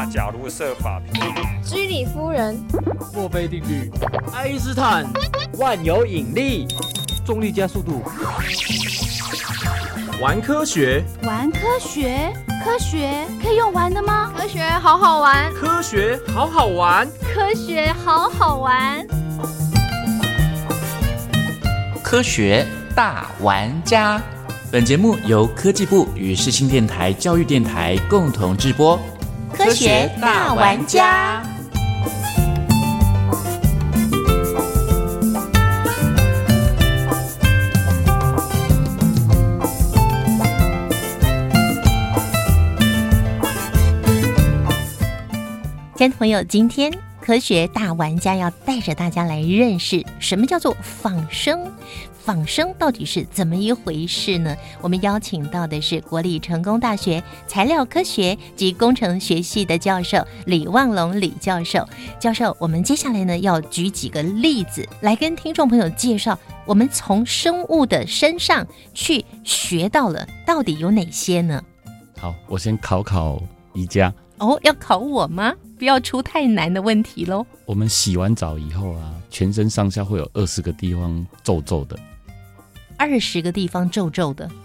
假如设法居里夫人、 墨菲定律、爱因斯坦、 万有引力、 重力加速度。 玩科学， 玩科学，科学可以用玩的吗？ 科学好好玩， 科学好好玩， 科学好好玩。 科学大玩家，本节目由科技部与世新电台教育电台共同制播。 科学大玩家。亲爱的朋友，今天科学大玩家要带着大家来认识什么叫做仿生。仿生到底是怎么一回事呢？我们邀请到的是国立成功大学材料科学及工程学系的教授李旺龙李教授。教授，我们接下来呢要举几个例子来跟听众朋友介绍，我们从生物的身上去学到了到底有哪些呢？ 好，我先考宜家。 哦，要考我吗？不要出太难的问题咯。 我们洗完澡以后啊，全身上下会有20个地方皱皱的。 20个地方皱皱的，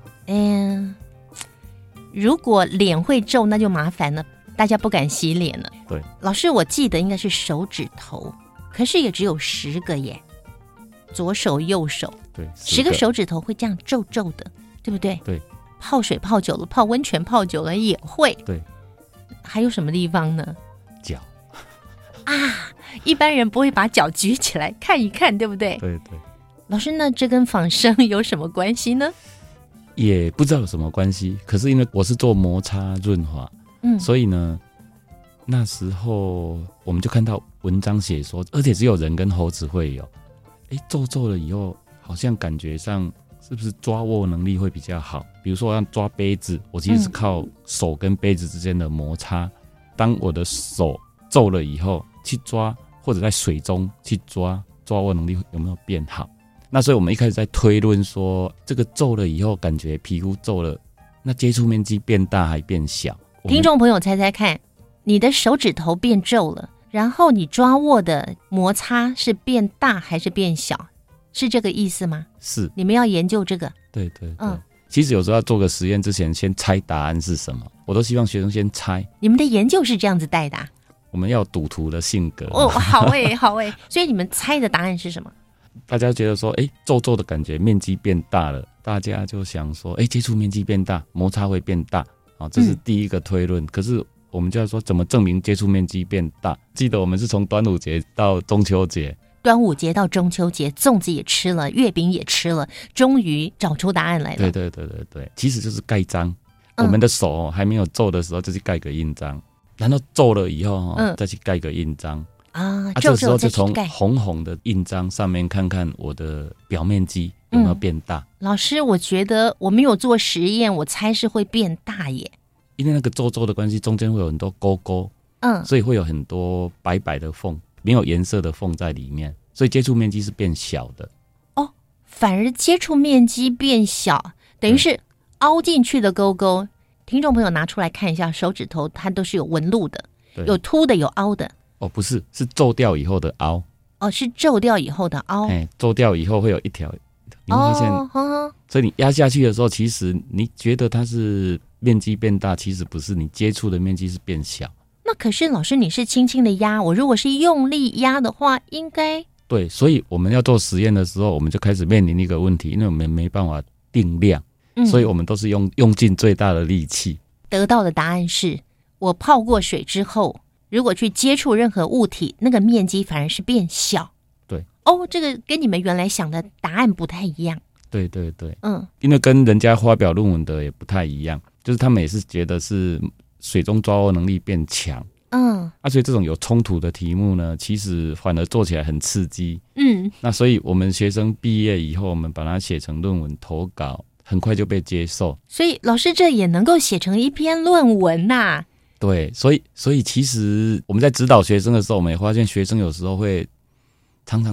如果脸会皱那就麻烦了，大家不敢洗脸了。 对， 老师我记得应该是手指头，可是也只有10个耶，左手右手， 对 ，10个手指头会这样皱皱的，对不对？ 对， 泡水泡久了，泡温泉泡久了也会。 对， 还有什么地方呢？ 脚啊，一般人不会把脚举起来看一看，对不对？ 对对。 老师，那这跟仿生有什么关系呢？ 也不知道有什么关系，可是因为我是做摩擦润滑，所以呢，那时候我们就看到文章写说，而且只有人跟猴子会有，皱皱了以后，好像感觉上是不是抓握能力会比较好？比如说我要抓杯子，我其实是靠手跟杯子之间的摩擦，当我的手皱了以后去抓，或者在水中去抓握能力有没有变好？那所以我们一开始在推论说，这个皱了以后感觉皮肤皱了，那接触面积变大还变小？ 听众朋友猜猜看，你的手指头变皱了，然后你抓握的摩擦是变大还是变小？是这个意思吗？ 是。 你们要研究这个？ 对对对。其实有时候要做个实验之前先猜答案是什么，我都希望学生先猜。 你们的研究是这样子带的啊？ 我们要有赌徒的性格。 哦，好耶好耶。所以你们猜的答案是什么？ 大家觉得说，皱皱的感觉面积变大了，大家就想说，接触面积变大，摩擦会变大，这是第一个推论。可是我们就要说，怎么证明接触面积变大？记得我们是从端午节到中秋节， 端午节到中秋节，粽子也吃了，月饼也吃了，终于找出答案来了。 对对对对对，其实就是盖章。我们的手还没有皱的时候，就去盖个印章，然后皱了以后，再去盖个印章。这时候就从红红的印章上面看看我的表面积有没有变大。 老师，我觉得我没有做实验，我猜是会变大耶。 因为那个皱皱的关系，中间会有很多沟沟，所以会有很多白白的缝，没有颜色的缝在里面，所以接触面积是变小的。 哦，反而接触面积变小，等于是凹进去的沟沟。听众朋友拿出来看一下，手指头它都是有纹路的，有凸的有凹的。 不是，是皱掉以后的凹。 是皱掉以后的凹。 皱掉以后会有一条，你会发现，所以你压下去的时候，其实你觉得它是面积变大，其实不是，你接触的面积是变小。 那可是老师，你是轻轻的压，我如果是用力压的话，应该对。所以我们要做实验的时候，我们就开始面临一个问题，因为我们没办法定量，所以我们都是用尽最大的力气。 得到的答案是，我泡过水之后，如果去接触任何物体，那个面积反而是变小。 对。 这个跟你们原来想的答案不太一样。 对对对。因为跟人家发表论文的也不太一样，就是他们也是觉得是水中抓握能力变强。所以这种有冲突的题目呢，其实反而做起来很刺激。那所以我们学生毕业以后，我们把它写成论文投稿，很快就被接受。 所以老师，这也能够写成一篇论文啊。 对，所以其实我们在指导学生的时候，我们也发现学生有时候会常常都要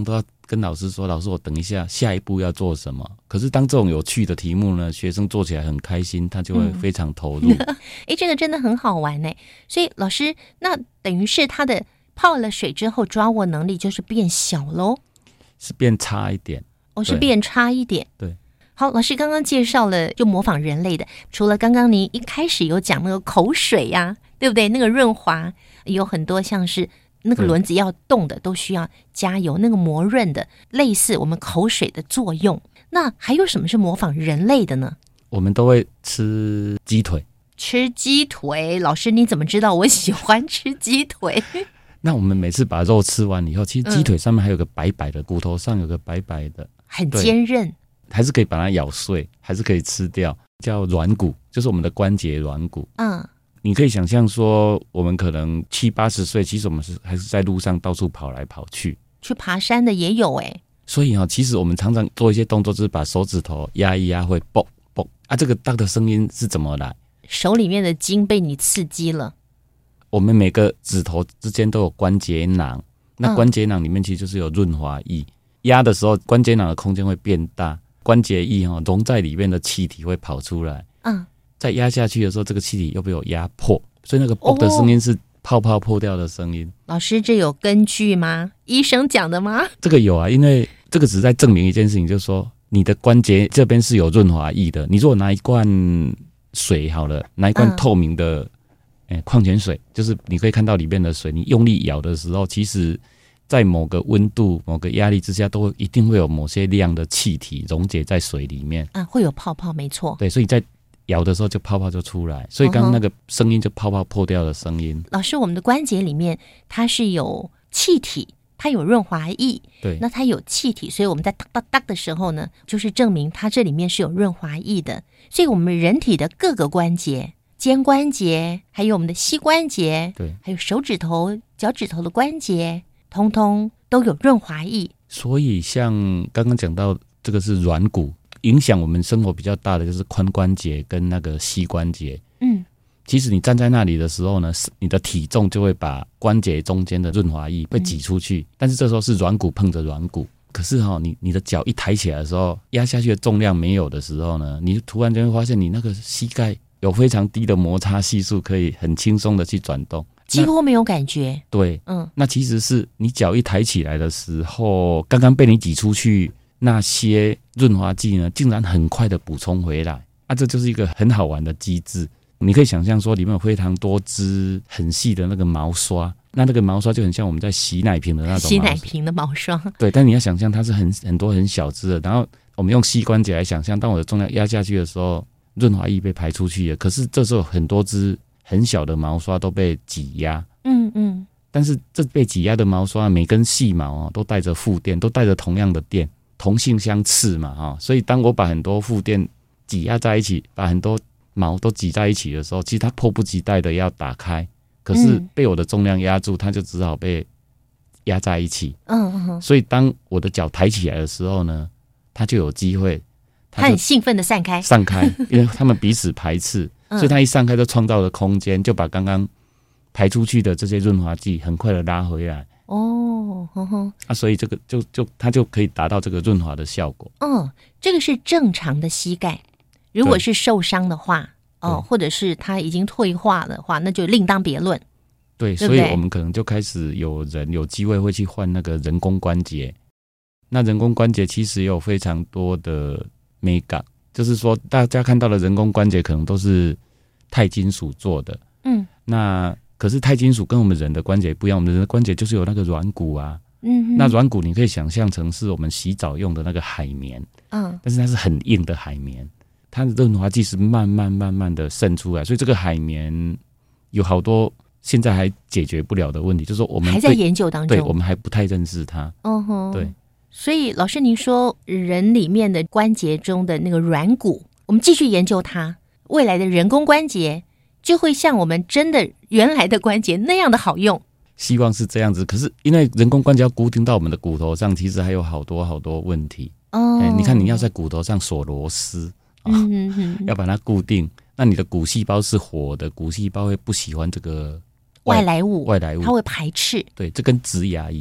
跟老师说，老师我等一下下一步要做什么。可是当这种有趣的题目呢，学生做起来很开心，他就会非常投入。 这个真的很好玩呢。所以老师，那等于是他的泡了水之后抓握能力就是变小咯， 是变差一点。 是变差一点。 对。 好，老师刚刚介绍了就模仿人类的，除了刚刚您一开始有讲那个口水呀，对不对？那个润滑有很多像是那个轮子要动的都需要加油，那个磨润的类似我们口水的作用。那还有什么是模仿人类的呢？ 我们都会吃鸡腿。 吃鸡腿，老师你怎么知道我喜欢吃鸡腿？ 那我们每次把肉吃完以后，其实鸡腿上面还有个白白的，骨头上有个白白的， 很坚韧， 还是可以把它咬碎，还是可以吃掉，叫软骨，就是我们的关节软骨。你可以想象说，我们可能70、80岁，其实我们还是在路上到处跑来跑去， 去爬山的也有所以其实我们常常做一些动作，就是把手指头压一压，会啵啵啊，这个当的声音是怎么来？ 手里面的筋被你刺激了。 我们每个指头之间都有关节囊，那关节囊里面其实就是有润滑液，压的时候关节囊的空间会变大，关节液溶在里面的气体会跑出来。再压下去的时候，这个气体又被我压破，所以那个啵的声音是泡泡破掉的声音。 老师，这有根据吗？医生讲的吗？ 这个有啊，因为这个只是在证明一件事情，就是说你的关节这边是有润滑液的。你如果拿一罐水好了，拿一罐透明的矿泉水，就是你可以看到里面的水，你用力咬的时候，其实在某个温度、某个压力之下，一定会有某些量的气体溶解在水里面。 会有泡泡，没错。 对，所以在咬的时候就泡泡就出来，所以刚刚那个声音就泡泡破掉的声音。 老师，我们的关节里面它是有气体，它有润滑液， 对， 那它有气体，所以我们在哒哒哒的时候呢，就是证明它这里面是有润滑液的。所以我们人体的各个关节，肩关节，还有我们的膝关节， 对， 还有手指头、脚趾头的关节，通通都有润滑液。 所以像刚刚讲到这个是软骨，影响我们生活比较大的就是髋关节跟那个膝关节。其实你站在那里的时候呢，你的体重就会把关节中间的润滑液被挤出去，但是这时候是软骨碰着软骨。可是你的脚一抬起来的时候，压下去的重量没有的时候呢，你突然间会发现你那个膝盖有非常低的摩擦系数，可以很轻松的去转动， 几乎没有感觉。 对，那其实是你脚一抬起来的时候，刚刚被你挤出去那些润滑剂呢，竟然很快的补充回来这就是一个很好玩的机制。你可以想象说，里面有非常多支很细的那个毛刷，那个毛刷就很像我们在洗奶瓶的那种洗奶瓶的毛刷。对， 但你要想象它是很多很小支的，然后我们用膝关节来想象，当我的重量压下去的时候，润滑液被排出去了，可是这时候很多支很小的毛刷都被挤压。但是这被挤压的毛刷，每根细毛都带着负电，都带着同样的电，同性相斥嘛所以当我把很多负电挤压在一起，把很多毛都挤在一起的时候，其实它迫不及待的要打开，可是被我的重量压住，它就只好被压在一起。所以当我的脚抬起来的时候呢，它就有机会， 它很兴奋的散开， 因为他们彼此排斥，所以它一散开就创造了空间，就把刚刚排出去的这些润滑剂很快的拉回来。所以这个它就可以达到这个润滑的效果。 这个是正常的膝盖。如果是受伤的话，或者是它已经退化的话，那就另当别论。 对，所以我们可能就开始有人有机会会去换那个人工关节。那人工关节其实也有非常多的美感，就是说大家看到的人工关节可能都是钛金属做的。那可是钛金属跟我们人的关节不一样，我们人的关节就是有那个软骨啊。那软骨你可以想象成是我们洗澡用的那个海绵。但是它是很硬的海绵。它的润滑剂是慢慢的渗出来，所以这个海绵有好多现在还解决不了的问题，就是说我们还在研究当中， 对，我们还不太认识它。对。 所以老师您说人里面的关节中的那个软骨，我们继续研究它，未来的人工关节就会像我们真的原来的关节那样的好用。 希望是这样子，可是因为人工关节要固定到我们的骨头上，其实还有好多问题。你看你要在骨头上锁螺丝。要把它固定，那你的骨细胞是活的，骨细胞会不喜欢这个外来物，它会排斥。 对，这跟植牙一样，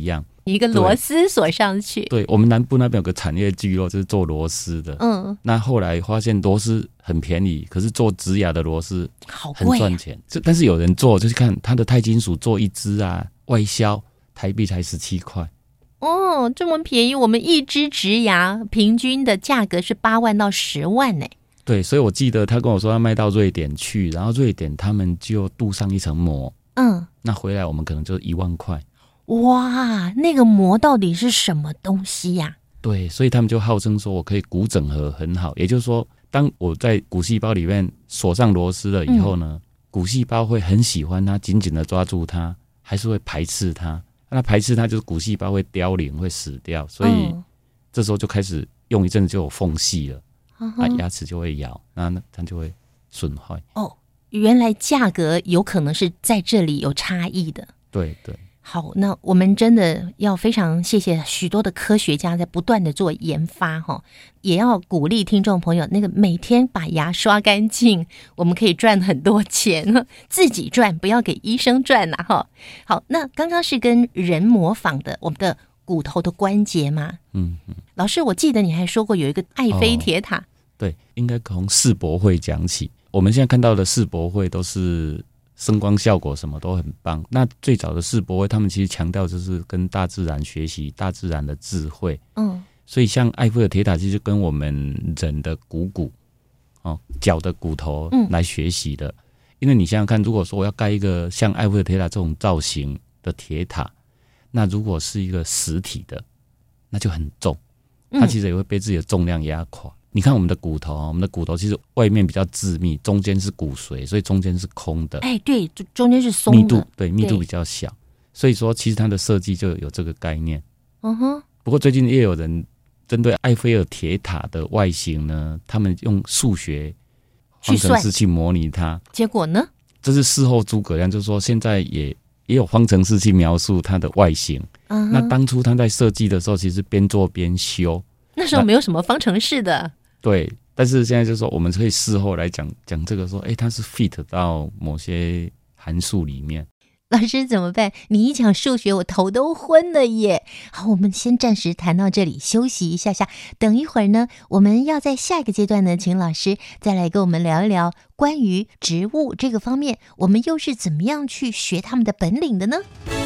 一个螺丝锁上去。 对，我们南部那边有个产业聚落，就是做螺丝的。那后来发现螺丝很便宜，可是做直牙的螺丝很赚钱。但是有人做，就是看它的钛金属做一支啊，外销台币才17块。 哦，这么便宜！我们一支直牙平均的价格是8万到10万呢。 对，所以我记得他跟我说要卖到瑞典去，然后瑞典他们就镀上一层膜。那回来我们可能就1万块。 哇，那个膜到底是什么东西呀？ 对，所以他们就号称说我可以骨整合很好，也就是说，当我在骨细胞里面锁上螺丝了以后呢，骨细胞会很喜欢它，紧紧的抓住它，还是会排斥它。那排斥它就是骨细胞会凋零，会死掉，所以这时候就开始用一阵子就有缝隙了，牙齿就会咬，那它就会损坏。 原来价格有可能是在这里有差异的。 对对。 好，那我们真的要非常谢谢许多的科学家在不断的做研发也要鼓励听众朋友那个每天把牙刷干净，我们可以赚很多钱，自己赚，不要给医生赚好，那刚刚是跟人模仿的我们的骨头的关节嘛。老师，我记得你还说过有一个艾菲铁塔。 对，应该从世博会讲起。我们现在看到的世博会都是声光效果什么都很棒。那最早的世博会，他们其实强调就是跟大自然学习，大自然的智慧。所以像艾菲尔铁塔其实跟我们人的骨脚的骨头来学习的。因为你想想看，如果说我要盖一个像艾菲尔铁塔这种造型的铁塔，那如果是一个实体的，那就很重，它其实也会被自己的重量压垮。你看我们的骨头其实外面比较致密，中间是骨髓，所以中间是空的。 对，中间是松的， 密度比较小，所以说其实它的设计就有这个概念。不过最近也有人针对艾菲尔铁塔的外形呢，他们用数学方程式去模拟它， 结果呢？ 这是事后诸葛亮，就是说现在也有方程式去描述它的外形。那当初他在设计的时候，其实边做边修， 那时候没有什么方程式的。 对，但是现在就是说，我们可以事后来讲这个说，它是 fit 到某些函数里面。 老师怎么办？你一讲数学，我头都昏了耶。好，我们先暂时谈到这里，休息一下下。等一会儿呢，我们要在下一个阶段呢，请老师再来跟我们聊一聊关于植物这个方面，我们又是怎么样去学他们的本领的呢？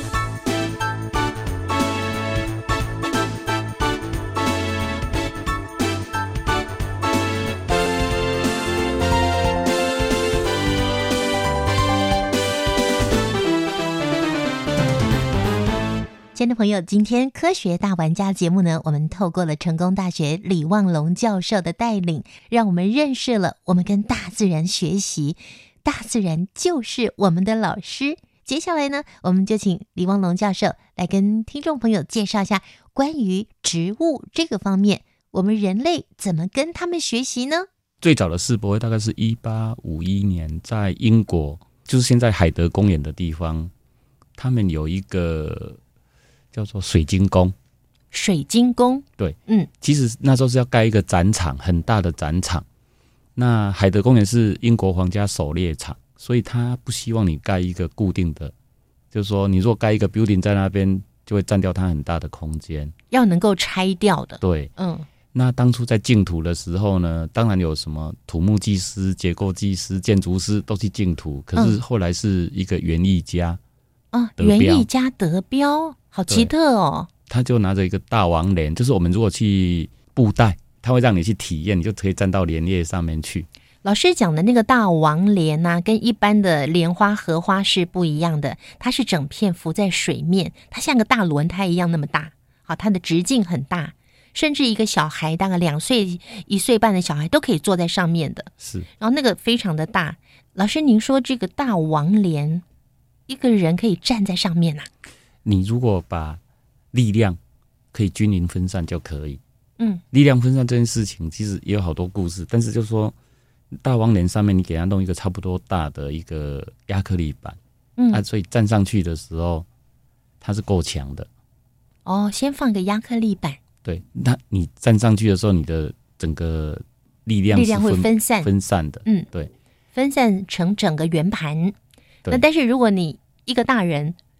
亲爱的朋友，今天科学大玩家节目呢，我们透过了成功大学李旺龙教授的带领，让我们认识了我们跟大自然学习，大自然就是我们的老师。接下来呢，我们就请李旺龙教授来跟听众朋友介绍一下关于植物这个方面，我们人类怎么跟他们学习呢？ 最早的世博会大概是1851年在英国，就是现在海德公园的地方，他们有一个叫做水晶宫。 水晶宫， 对，其实那时候是要盖一个展场，很大的展场。那海德公园是英国皇家狩猎场，所以他不希望你盖一个固定的，就是说你如果盖一个 building 在那边，就会占掉它很大的空间， 要能够拆掉的。 对，那当初在竞图的时候呢，当然有什么土木技师、结构技师、建筑师都去竞图，可是后来是一个园艺家园艺家得标，好奇特哦。 他就拿着一个大王莲，就是我们如果去布袋，他会让你去体验，你就可以站到莲叶上面去。 老师讲的那个大王莲啊，跟一般的莲花、荷花是不一样的，它是整片浮在水面，它像个大轮胎一样那么大，好，它的直径很大，甚至一个小孩大概2岁、1岁半的小孩都可以坐在上面的。 是， 然后那个非常的大。老师，您说这个大王莲，一个人可以站在上面啊？ 你如果把力量可以均匀分散就可以。力量分散这件事情其实也有好多故事，但是就是说大王莲上面你给它弄一个差不多大的一个亚克力板，所以站上去的时候它是够强的。 先放个亚克力板。 对，那你站上去的时候，你的整个力量会分散的。对， 分散成整个圆盘。那但是如果你一个大人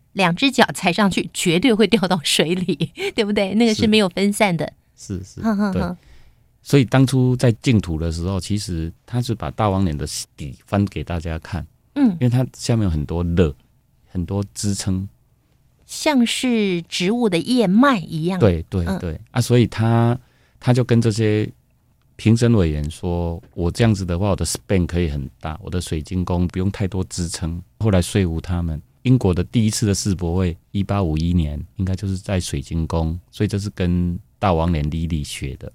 两只脚踩上去绝对会掉到水里，对不对？那个是没有分散的。 是，对。所以当初在净土的时候，其实他是把大王脸的底翻给大家看，因为它下面有很多肋，很多支撑， 像是植物的叶脉一样。 对啊，所以他就跟这些评审委员说，我这样子的话，我的 span 可以很大，我的水晶宫不用太多支撑。后来说服他们，英国的第一次的世博会1851年应该就是在水晶宫，所以这是跟大王脸莉莉学的。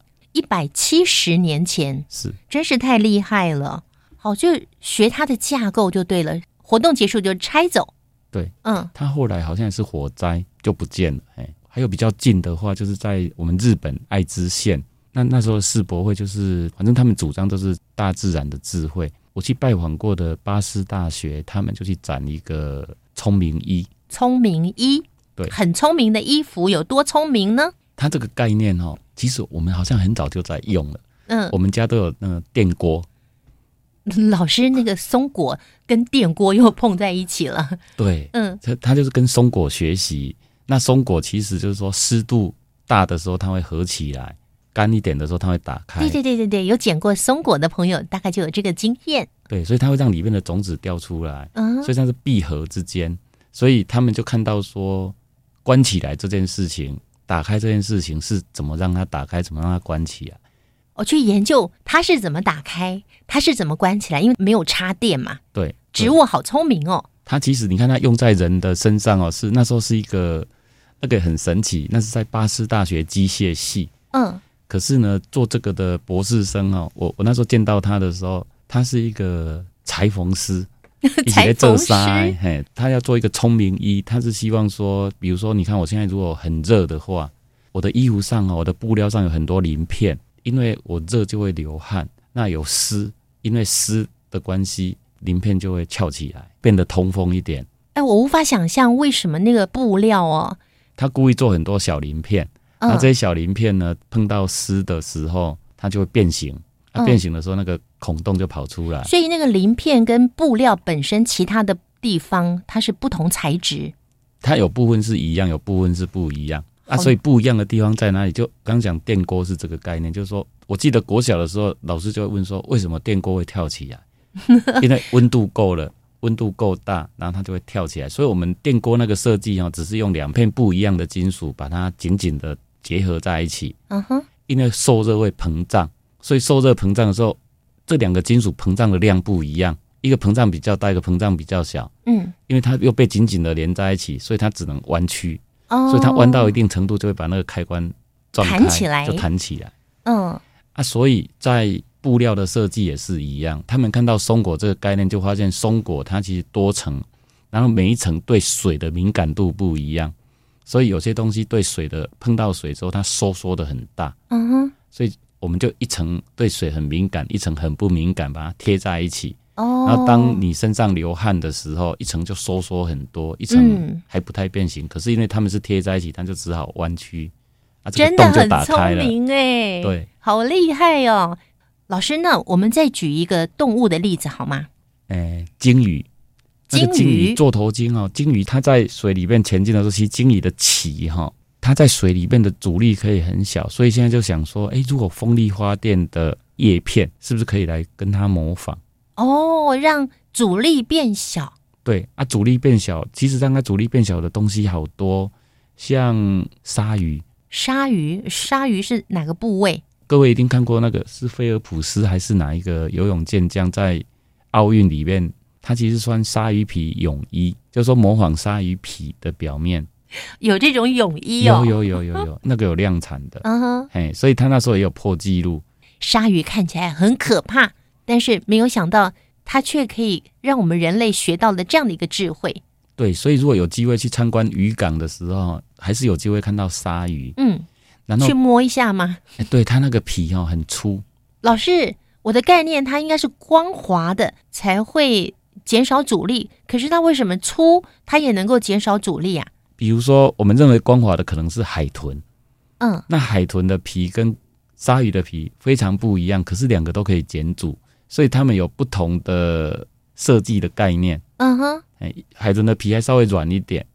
170年前， 是， 真是太厉害了。好，就学它的架构就对了。活动结束就拆走。 对，他后来好像是火灾就不见了。还有比较近的话，就是在我们日本爱知县。那时候的世博会就是，反正他们主张都是大自然的智慧。我去拜访过的巴斯大学，他们就去展一个聪明衣。聪明衣，对，很聪明的衣服，有多聪明呢？它这个概念其实我们好像很早就在用了。我们家都有那个电锅。老师，那个松果跟电锅又碰在一起了。对，他就是跟松果学习。那松果其实就是说，湿度大的时候它会合起来，干一点的时候它会打开。对，有捡过松果的朋友大概就有这个经验。对，所以它会让里面的种子掉出来，所以它是闭合之间。所以他们就看到说，关起来这件事情，打开这件事情是怎么让它打开，怎么让它关起来。我去研究它是怎么打开，它是怎么关起来，因为没有插电嘛。对，植物好聪明哦。它其实你看它用在人的身上是那时候是一个那个很神奇，那是在巴斯大学机械系。可是呢，做这个的博士生我那时候见到他的时候，他是一个裁缝师，一起在做纱。他要做一个聪明衣，他是希望说，比如说你看我现在如果很热的话，我的衣服上我的布料上有很多鳞片。因为我热就会流汗，那有湿，因为湿的关系，鳞片就会翘起来，变得通风一点。我无法想象为什么那个布料他故意做很多小鳞片，那这些小鳞片呢，碰到湿的时候，它就会变形。变形的时候，那个孔洞就跑出来。所以那个鳞片跟布料本身其他的地方，它是不同材质。它有部分是一样，有部分是不一样。所以不一样的地方在哪里？就刚讲电锅是这个概念，就是说我记得国小的时候，老师就会问说，为什么电锅会跳起来？因为温度够了，温度够大，然后它就会跳起来。所以我们电锅那个设计只是用两片不一样的金属把它紧紧的结合在一起。因为受热会膨胀，所以受热膨胀的时候，这两个金属膨胀的量不一样，一个膨胀比较大，一个膨胀比较小。因为它又被紧紧的连在一起，所以它只能弯曲。所以它弯到一定程度，就会把那个开关转开，就弹起来。所以在布料的设计也是一样。他们看到松果这个概念，就发现松果它其实多层，然后每一层对水的敏感度不一样，所以有些东西对水的碰到水之后，它收缩的很大。所以我们就一层对水很敏感，一层很不敏感，把它贴在一起。然后当你身上流汗的时候，一层就收缩很多，一层还不太变形。可是因为它们是贴在一起，它就只好弯曲。这个洞就打开了。真的很聪明耶。对，好厉害哦。老师，那我们再举一个动物的例子好吗？鲸鱼。鲸鱼座头鲸鲸鱼它在水里面前进的时候，其实鲸鱼的鳍它在水里面的阻力可以很小，所以现在就想说，如果风力发电的叶片是不是可以来跟它模仿？让阻力变小。对阻力变小，其实让它阻力变小的东西好多，像鲨鱼。鲨鱼是哪个部位？各位一定看过那个是菲尔普斯还是哪一个游泳健将在奥运里面，他其实穿鲨鱼皮泳衣，就是说模仿鲨鱼皮的表面。有这种泳衣哦？有，那个有量产的。所以他那时候也有破纪录。鲨鱼看起来很可怕，但是没有想到它却可以让我们人类学到了这样的一个智慧。对，所以如果有机会去参观渔港的时候，还是有机会看到鲨鱼。然后去摸一下吗？对，它那个皮很粗。老师，我的概念它应该是光滑的才会减少阻力，可是它为什么粗它也能够减少阻力啊？比如说我们认为光滑的可能是海豚。那海豚的皮跟鲨鱼的皮非常不一样，可是两个都可以减阻，所以它们有不同的设计的概念。海豚的皮还稍微软一点，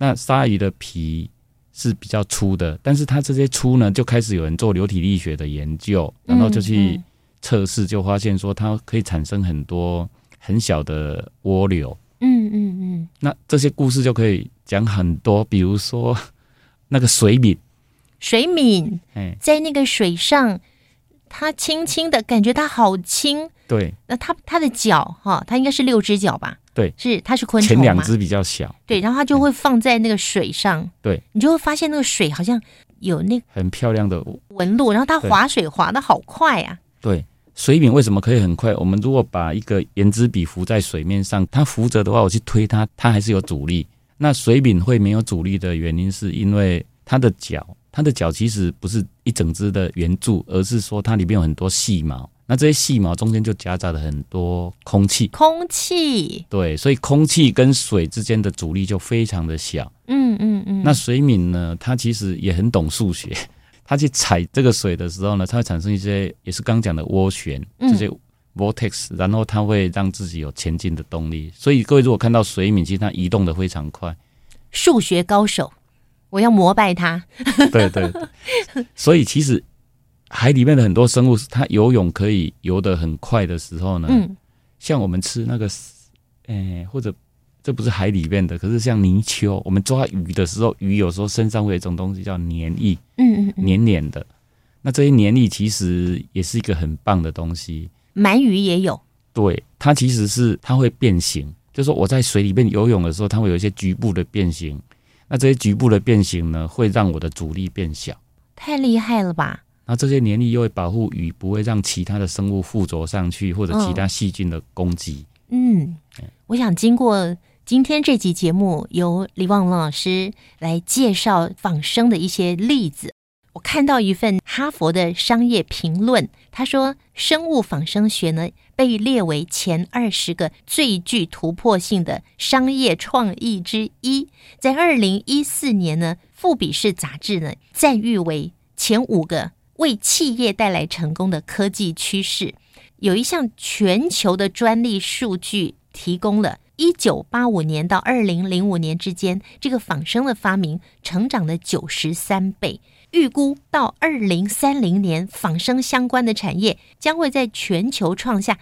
那鲨鱼的皮是比较粗的，但是它这些粗呢，就开始有人做流体力学的研究，然后就去测试，就发现说它可以产生很多很小的涡流。那这些故事就可以讲很多，比如说那个水敏， 在那个水上，它轻轻的感觉它好轻。 对， 那它的脚它应该是6只脚吧？ 对， 它是昆虫嘛， 前2只比较小。 对，然后它就会放在那个水上。 对， 你就会发现那个水好像有那个很漂亮的纹路，然后它划水划得好快啊。 对，水敏为什么可以很快？我们如果把一个圆珠笔浮在水面上，它浮着的话，我去推它，它还是有阻力。那水敏会没有阻力的原因，是因为它的脚其实不是一整只的圆柱，而是说它里面有很多细毛。那这些细毛中间就夹杂了很多空气，对，所以空气跟水之间的阻力就非常的小。那水敏呢，它其实也很懂数学，它去踩这个水的时候呢，它会产生一些也是刚讲的涡旋，这些 vortex， 然后它会让自己有前进的动力。所以各位如果看到水敏，其实它移动的非常快。 数学高手，我要膜拜他。 对，所以其实海里面的很多生物，它游泳可以游得很快的时候呢，像我们吃那个，或者这不是海里面的，可是像泥鳅，我们抓鱼的时候，鱼有时候身上会有一种东西叫黏液，黏黏的。那这些黏液其实也是一个很棒的东西。 鳗鱼也有。 对，它其实是它会变形，就是说我在水里面游泳的时候，它会有一些局部的变形。那这些局部的变形呢，会让我的阻力变小。 太厉害了吧！ 那这些黏液又会保护鱼不会让其他的生物附着上去，或者其他细菌的攻击。 我想经过今天这集节目，由李旺龙老师来介绍仿生的一些例子。我看到一份哈佛的商业评论，他说生物仿生学呢被列为前20个最具突破性的商业创意之一。在2014年呢，富比士杂志呢赞誉为前5个为企业带来成功的科技趋势。有一项全球的专利数据提供了1985年到2005年之间，这个仿生的发明成长了93倍。预估到2030年，仿生相关的产业将会在全球创下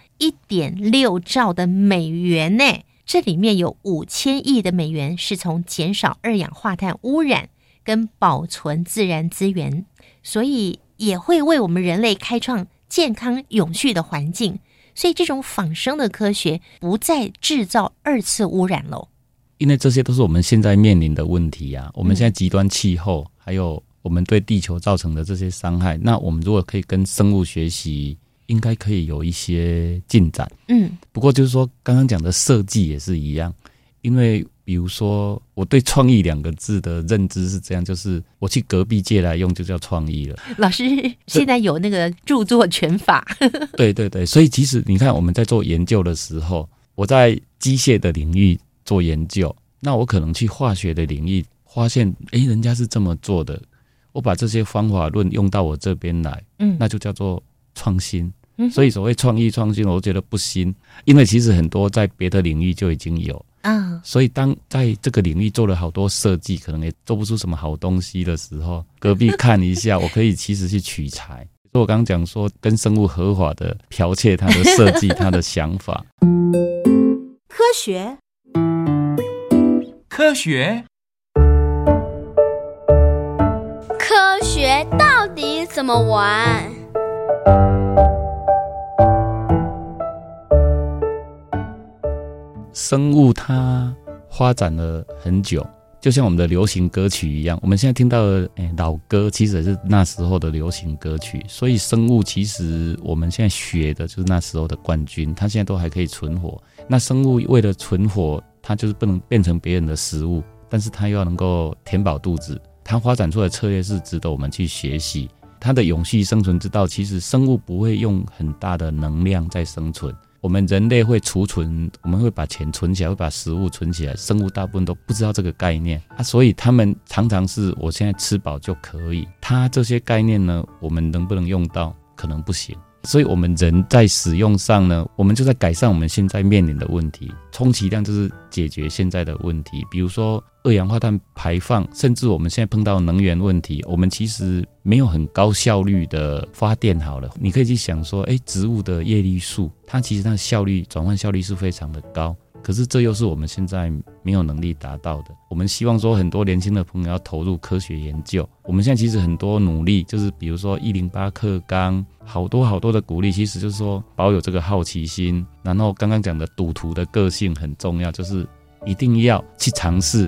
1.6 兆的美元呢。这里面有5000亿的美元是从减少二氧化碳污染跟保存自然资源，所以也会为我们人类开创健康永续的环境。所以这种仿生的科学不再制造2次污染了。 因为这些都是我们现在面临的问题啊，我们现在极端气候，还有我们对地球造成的这些伤害，那我们如果可以跟生物学习，应该可以有一些进展。不过就是说刚刚讲的设计也是一样，因为比如说我对创意2个字的认知是这样，就是我去隔壁借来用就叫创意了。 老师现在有那个著作权法。 对，所以其实你看我们在做研究的时候，我在机械的领域做研究，那我可能去化学的领域发现人家是这么做的，我把这些方法论用到我这边来，那就叫做创新。所以所谓创意创新，我觉得不新，因为其实很多在别的领域就已经有所以当在这个领域做了好多设计，可能也做不出什么好东西的时候，隔壁看一下，我可以其实去取材。所以我刚刚讲说跟生物合法的剽窃他的设计他的想法。 科学到底怎么玩？ 生物它发展了很久，就像我们的流行歌曲一样，我们现在听到的老歌其实也是那时候的流行歌曲。所以生物其实我们现在学的就是那时候的冠军，它现在都还可以存活。那生物为了存活，它就是不能变成别人的食物，但是它又要能够填饱肚子，它发展出来的策略是值得我们去学习。它的永续生存之道，其实生物不会用很大的能量在生存，我们人类会储存，我们会把钱存起来，会把食物存起来，生物大部分都不知道这个概念所以他们常常是我现在吃饱就可以。它这些概念呢，我们能不能用到？可能不行。 所以我们人在使用上呢，我们就在改善我们现在面临的问题。充其量就是解决现在的问题，比如说二氧化碳排放，甚至我们现在碰到能源问题，我们其实没有很高效率的发电好了。你可以去想说，植物的叶绿素，它其实它的效率转换效率是非常的高，可是这又是我们现在没有能力达到的。我们希望说很多年轻的朋友要投入科学研究，我们现在其实很多努力，就是比如说108课纲，好多的鼓励，其实就是说保有这个好奇心，然后刚刚讲的赌徒的个性很重要，就是一定要去尝试。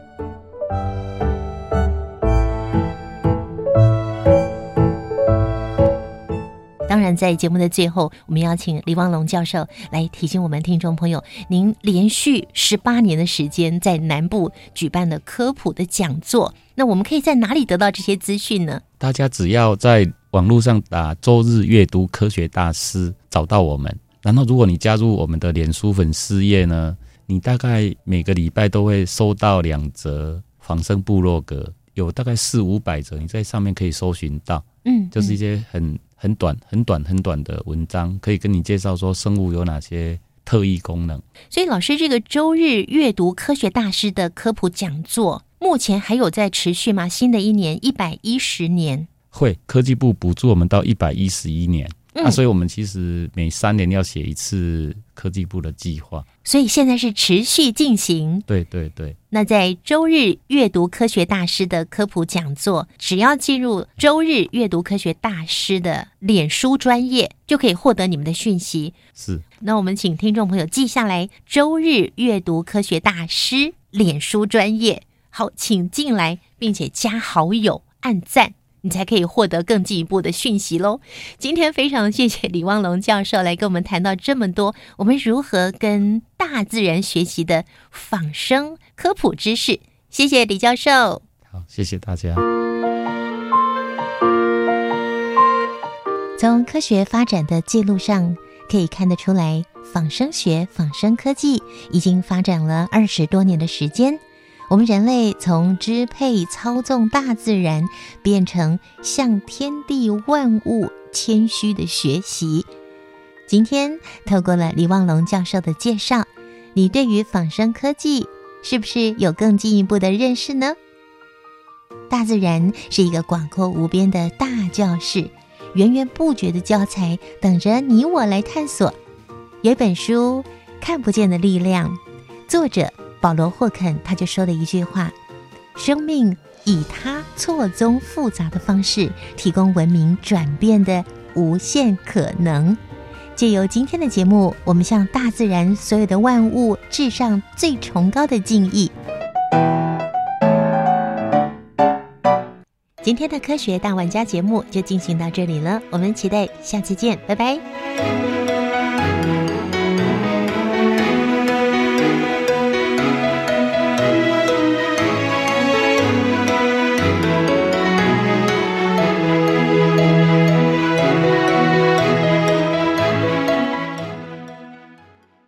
当然在节目的最后，我们邀请李旺龙教授来提醒我们听众朋友，您连续18年的时间在南部举办了科普的讲座，那我们可以在哪里得到这些资讯呢？ 大家只要在网络上打周日阅读科学大师找到我们，然后如果你加入我们的脸书粉丝页呢，你大概每个礼拜都会收到2则仿生部落格，有大概400-500则，你在上面可以搜寻到，就是一些很短的文章，可以跟你介绍说生物有哪些特异功能。 所以老师，这个周日阅读科学大师的科普讲座目前还有在持续吗？新的一年110年会，科技部补助我们到111年，所以我们其实每3年要写一次科技部的计划， 所以现在是持续进行。 对。 那在周日阅读科学大师的科普讲座，只要进入周日阅读科学大师的脸书专页，就可以获得你们的讯息。 是， 那我们请听众朋友记下来，周日阅读科学大师脸书专页，好，请进来并且加好友按赞，你才可以获得更进一步的讯息咯。今天非常谢谢李旺龙教授来跟我们谈到这么多我们如何跟大自然学习的仿生科普知识，谢谢李教授。 好，谢谢大家。 从科学发展的记录上可以看得出来，仿生学、仿生科技已经发展了20多年的时间。我们人类从支配操纵大自然，变成向天地万物谦虚的学习。今天透过了李旺龙教授的介绍，你对于仿生科技是不是有更进一步的认识呢？大自然是一个广阔无边的大教室，源源不绝的教材等着你我来探索。有一本书《看不见的力量》，作者保罗·霍肯他就说了一句话：生命以它错综复杂的方式提供文明转变的无限可能。借由今天的节目，我们向大自然所有的万物致上最崇高的敬意。今天的科学大玩家节目就进行到这里了，我们期待下次见，拜拜。